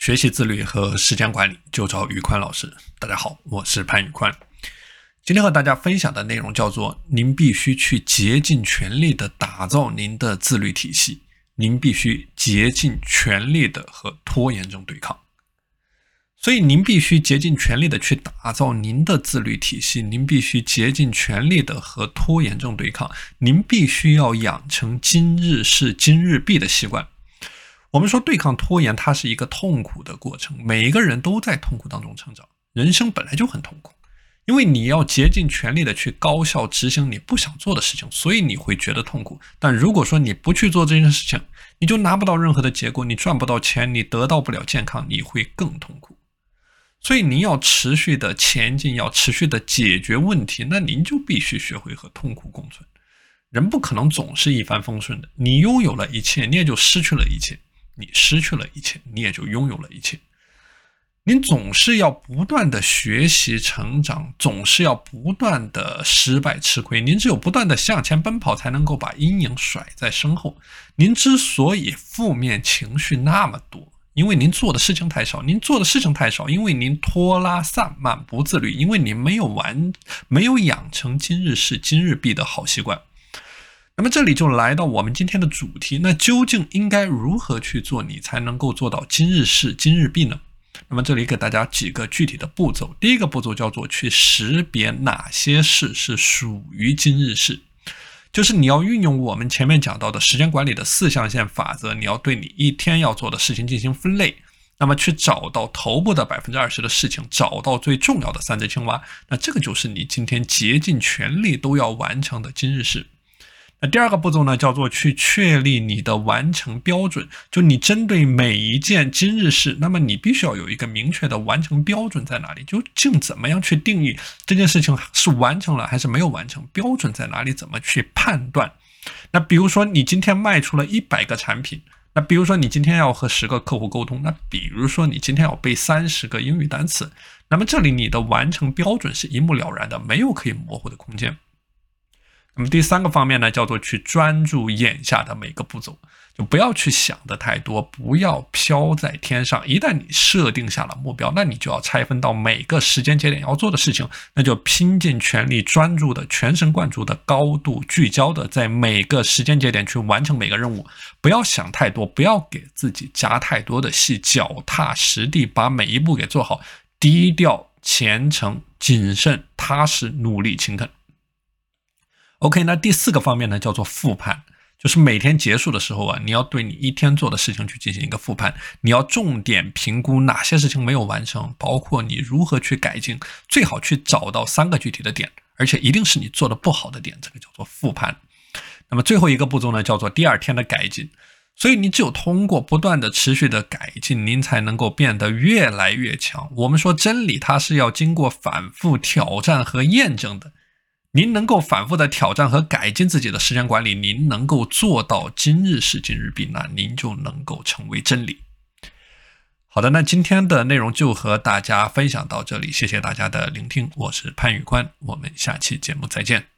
学习自律和时间管理就找宇宽老师。大家好，我是潘宇宽。今天和大家分享的内容叫做您必须去竭尽全力的打造您的自律体系，您必须竭尽全力的和拖延症对抗。所以您必须竭尽全力的去打造您的自律体系，您必须竭尽全力的和拖延症对抗，您必须要养成今日事今日毕的习惯。我们说对抗拖延它是一个痛苦的过程，每一个人都在痛苦当中成长，人生本来就很痛苦，因为你要竭尽全力的去高效执行你不想做的事情，所以你会觉得痛苦。但如果说你不去做这件事情，你就拿不到任何的结果，你赚不到钱，你得到不了健康，你会更痛苦。所以您要持续的前进，要持续的解决问题，那您就必须学会和痛苦共存。人不可能总是一帆风顺的，你拥有了一切，你也就失去了一切，你失去了一切，你也就拥有了一切。您总是要不断的学习成长，总是要不断的失败吃亏，您只有不断的向前奔跑，才能够把阴影甩在身后。您之所以负面情绪那么多，因为您做的事情太少，因为您拖拉散漫不自律，因为您没有养成今日事今日毕的好习惯。那么这里就来到我们今天的主题，那究竟应该如何去做，你才能够做到今日事今日毕呢？那么这里给大家几个具体的步骤。第一个步骤叫做去识别哪些事是属于今日事，就是你要运用我们前面讲到的时间管理的4象限法则，你要对你一天要做的事情进行分类，那么去找到头部的 20% 的事情，找到最重要的3只青蛙，那这个就是你今天竭尽全力都要完成的今日事。那第二个步骤呢，叫做去确立你的完成标准，就你针对每一件今日事，那么你必须要有一个明确的完成标准在哪里，究竟怎么样去定义这件事情是完成了还是没有完成，标准在哪里，怎么去判断。那比如说你今天卖出了100个产品，那比如说你今天要和10个客户沟通，那比如说你今天要背30个英语单词，那么这里你的完成标准是一目了然的，没有可以模糊的空间。那么第3个方面呢，叫做去专注眼下的每个步骤，就不要去想的太多，不要飘在天上。一旦你设定下了目标，那你就要拆分到每个时间节点要做的事情，那就拼尽全力专注的全神贯注的高度聚焦的在每个时间节点去完成每个任务，不要想太多，不要给自己加太多的戏，脚踏实地把每一步给做好，低调虔诚谨慎踏实努力勤恳。OK， 那第4个方面呢，叫做复盘，就是每天结束的时候你要对你一天做的事情去进行一个复盘，你要重点评估哪些事情没有完成，包括你如何去改进，最好去找到3个具体的点，而且一定是你做的不好的点，这个叫做复盘。那么最后一个步骤呢，叫做第2天的改进。所以你只有通过不断的持续的改进，您才能够变得越来越强。我们说真理它是要经过反复挑战和验证的，您能够反复的挑战和改进自己的时间管理，您能够做到今日事今日毕，那您就能够成为真理。好的，那今天的内容就和大家分享到这里，谢谢大家的聆听，我是潘宇宽，我们下期节目再见。